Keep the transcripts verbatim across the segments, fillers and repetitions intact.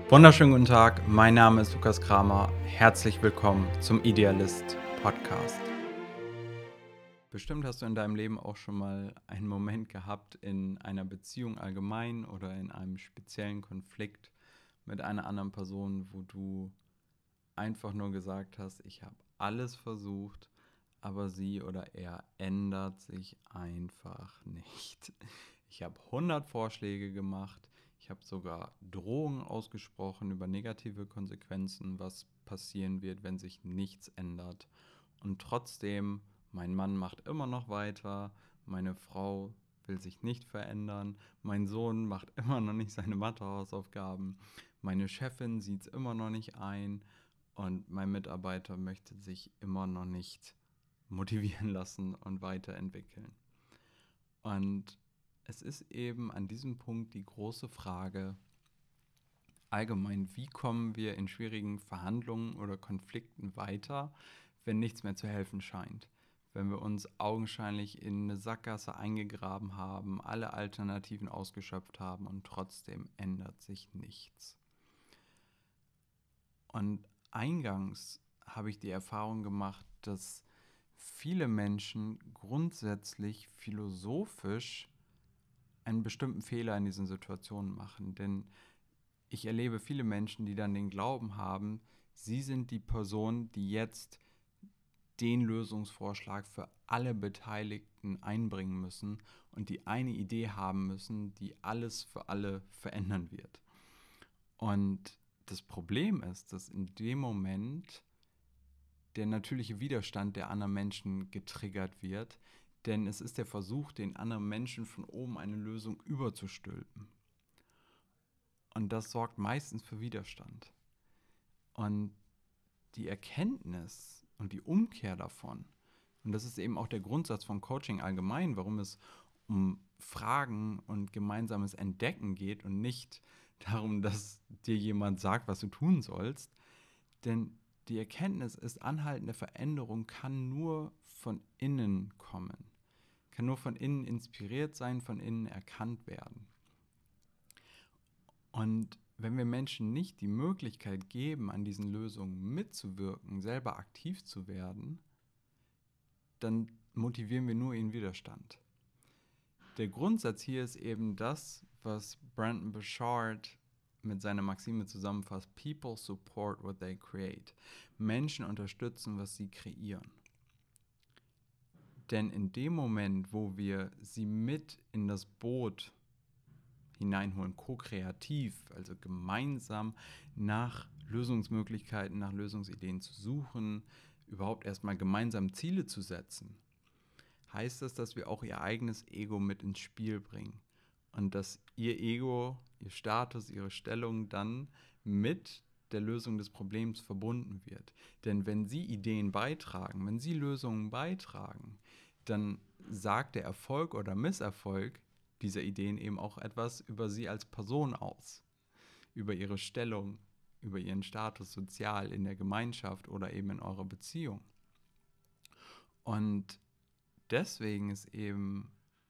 Wunderschönen guten Tag, mein Name ist Lukas Kramer. Herzlich willkommen zum Idealist Podcast. Bestimmt hast du in deinem Leben auch schon mal einen Moment gehabt in einer Beziehung allgemein oder in einem speziellen Konflikt mit einer anderen Person, wo du einfach nur gesagt hast, ich habe alles versucht, aber sie oder er ändert sich einfach nicht. Ich habe hundert Vorschläge gemacht, ich habe sogar Drohungen ausgesprochen über negative Konsequenzen, was passieren wird, wenn sich nichts ändert. Und trotzdem, mein Mann macht immer noch weiter, meine Frau will sich nicht verändern, mein Sohn macht immer noch nicht seine Mathehausaufgaben, meine Chefin sieht es immer noch nicht ein und mein Mitarbeiter möchte sich immer noch nicht motivieren lassen und weiterentwickeln. Und es ist eben an diesem Punkt die große Frage, allgemein, wie kommen wir in schwierigen Verhandlungen oder Konflikten weiter, wenn nichts mehr zu helfen scheint? Wenn wir uns augenscheinlich in eine Sackgasse eingegraben haben, alle Alternativen ausgeschöpft haben und trotzdem ändert sich nichts. Und eingangs habe ich die Erfahrung gemacht, dass viele Menschen grundsätzlich philosophisch einen bestimmten Fehler in diesen Situationen machen. Denn ich erlebe viele Menschen, die dann den Glauben haben, sie sind die Person, die jetzt den Lösungsvorschlag für alle Beteiligten einbringen müssen und die eine Idee haben müssen, die alles für alle verändern wird. Und das Problem ist, dass in dem Moment der natürliche Widerstand der anderen Menschen getriggert wird, denn es ist der Versuch, den anderen Menschen von oben eine Lösung überzustülpen. Und das sorgt meistens für Widerstand. Und die Erkenntnis und die Umkehr davon, und das ist eben auch der Grundsatz von Coaching allgemein, warum es um Fragen und gemeinsames Entdecken geht und nicht darum, dass dir jemand sagt, was du tun sollst. Denn die Erkenntnis ist, anhaltende Veränderung kann nur von innen kommen, kann nur von innen inspiriert sein, von innen erkannt werden. Und wenn wir Menschen nicht die Möglichkeit geben, an diesen Lösungen mitzuwirken, selber aktiv zu werden, dann motivieren wir nur ihren Widerstand. Der Grundsatz hier ist eben das, was Brendon Burchard mit seiner Maxime zusammenfasst: People support what they create. Menschen unterstützen, was sie kreieren. Denn in dem Moment, wo wir sie mit in das Boot hineinholen, ko-kreativ, also gemeinsam nach Lösungsmöglichkeiten, nach Lösungsideen zu suchen, überhaupt erstmal gemeinsam Ziele zu setzen, heißt das, dass wir auch ihr eigenes Ego mit ins Spiel bringen und dass ihr Ego, ihr Status, ihre Stellung dann mit der Lösung des Problems verbunden wird. Denn wenn sie Ideen beitragen, wenn sie Lösungen beitragen, dann sagt der Erfolg oder Misserfolg dieser Ideen eben auch etwas über sie als Person aus, über ihre Stellung, über ihren Status sozial in der Gemeinschaft oder eben in eurer Beziehung. Und deswegen ist eben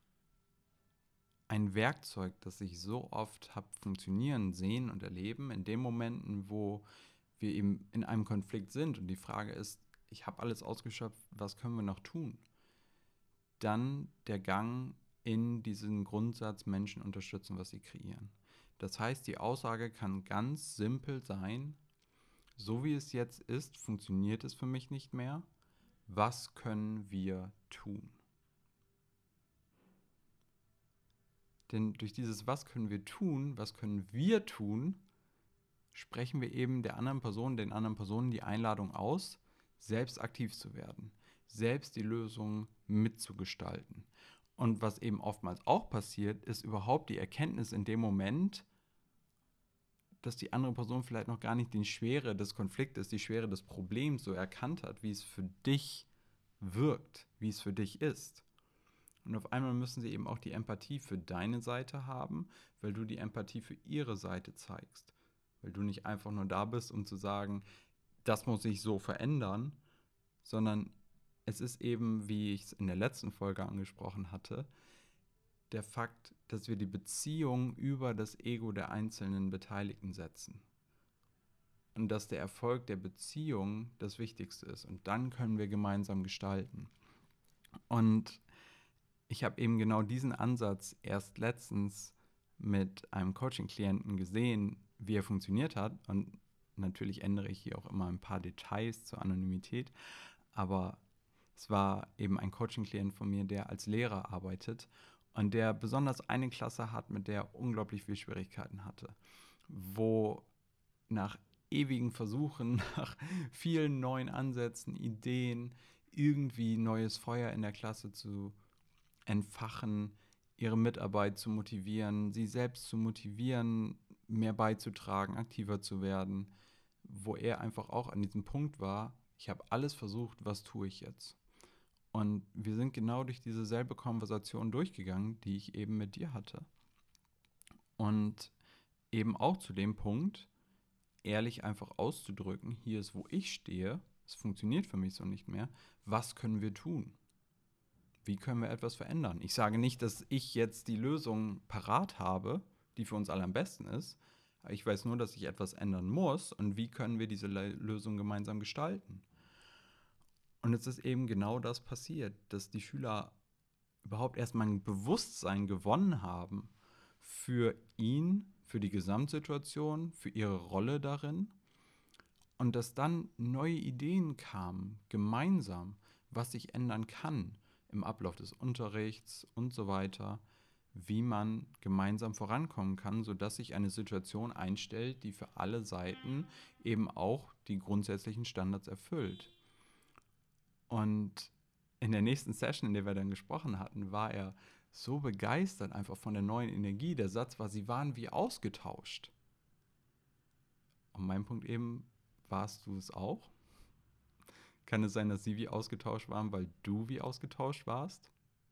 ein Werkzeug, das ich so oft habe funktionieren sehen und erleben, in den Momenten, wo wir eben in einem Konflikt sind und die Frage ist, ich habe alles ausgeschöpft, was können wir noch tun? Dann der Gang in diesen Grundsatz, Menschen unterstützen, was sie kreieren. Das heißt, die Aussage kann ganz simpel sein: So wie es jetzt ist, funktioniert es für mich nicht mehr. Was können wir tun? Denn durch dieses Was können wir tun, was können wir tun, sprechen wir eben der anderen Person, den anderen Personen die Einladung aus, selbst aktiv zu werden, selbst die Lösung mitzugestalten. Und was eben oftmals auch passiert, ist überhaupt die Erkenntnis in dem Moment, dass die andere Person vielleicht noch gar nicht die Schwere des Konfliktes, die Schwere des Problems so erkannt hat, wie es für dich wirkt, wie es für dich ist. Und auf einmal müssen sie eben auch die Empathie für deine Seite haben, weil du die Empathie für ihre Seite zeigst. Weil du nicht einfach nur da bist, um zu sagen, das muss sich so verändern, sondern es ist eben, wie ich es in der letzten Folge angesprochen hatte, der Fakt, dass wir die Beziehung über das Ego der einzelnen Beteiligten setzen. und dass der Erfolg der Beziehung das Wichtigste ist. Und dann können wir gemeinsam gestalten. Und ich habe eben genau diesen Ansatz erst letztens mit einem Coaching-Klienten gesehen, wie er funktioniert hat. Und natürlich ändere ich hier auch immer ein paar Details zur Anonymität. Aber es war eben ein Coaching-Klient von mir, der als Lehrer arbeitet und der besonders eine Klasse hat, mit der er unglaublich viel Schwierigkeiten hatte. Wo nach ewigen Versuchen, nach vielen neuen Ansätzen, Ideen, irgendwie neues Feuer in der Klasse zu entfachen, ihre Mitarbeit zu motivieren, sie selbst zu motivieren, mehr beizutragen, aktiver zu werden, wo er einfach auch an diesem Punkt war, ich habe alles versucht, was tue ich jetzt? Und wir sind genau durch diese selbe Konversation durchgegangen, die ich eben mit dir hatte. Und eben auch zu dem Punkt, ehrlich einfach auszudrücken, hier ist, wo ich stehe, es funktioniert für mich so nicht mehr, was können wir tun? Wie können wir etwas verändern? Ich sage nicht, dass ich jetzt die Lösung parat habe, die für uns alle am besten ist. Ich weiß nur, dass ich etwas ändern muss und wie können wir diese Lösung gemeinsam gestalten? Und es ist eben genau das passiert, dass die Schüler überhaupt erstmal ein Bewusstsein gewonnen haben für ihn, für die Gesamtsituation, für ihre Rolle darin. Und dass dann neue Ideen kamen, gemeinsam, was sich ändern kann im Ablauf des Unterrichts und so weiter, wie man gemeinsam vorankommen kann, sodass sich eine Situation einstellt, die für alle Seiten eben auch die grundsätzlichen Standards erfüllt. Und in der nächsten Session, in der wir dann gesprochen hatten, war er so begeistert einfach von der neuen Energie. Der Satz war, sie waren wie ausgetauscht. Und mein Punkt eben, warst du es auch? Kann es sein, dass sie wie ausgetauscht waren, weil du wie ausgetauscht warst?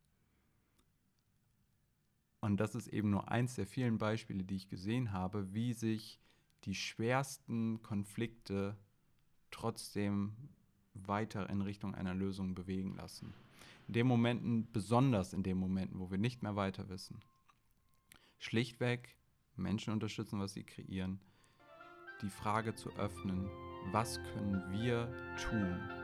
Und das ist eben nur eins der vielen Beispiele, die ich gesehen habe, wie sich die schwersten Konflikte trotzdem weiter in Richtung einer Lösung bewegen lassen. In den Momenten, besonders in den Momenten, wo wir nicht mehr weiter wissen. Schlichtweg Menschen unterstützen, was sie kreieren. Die Frage zu öffnen, was können wir tun,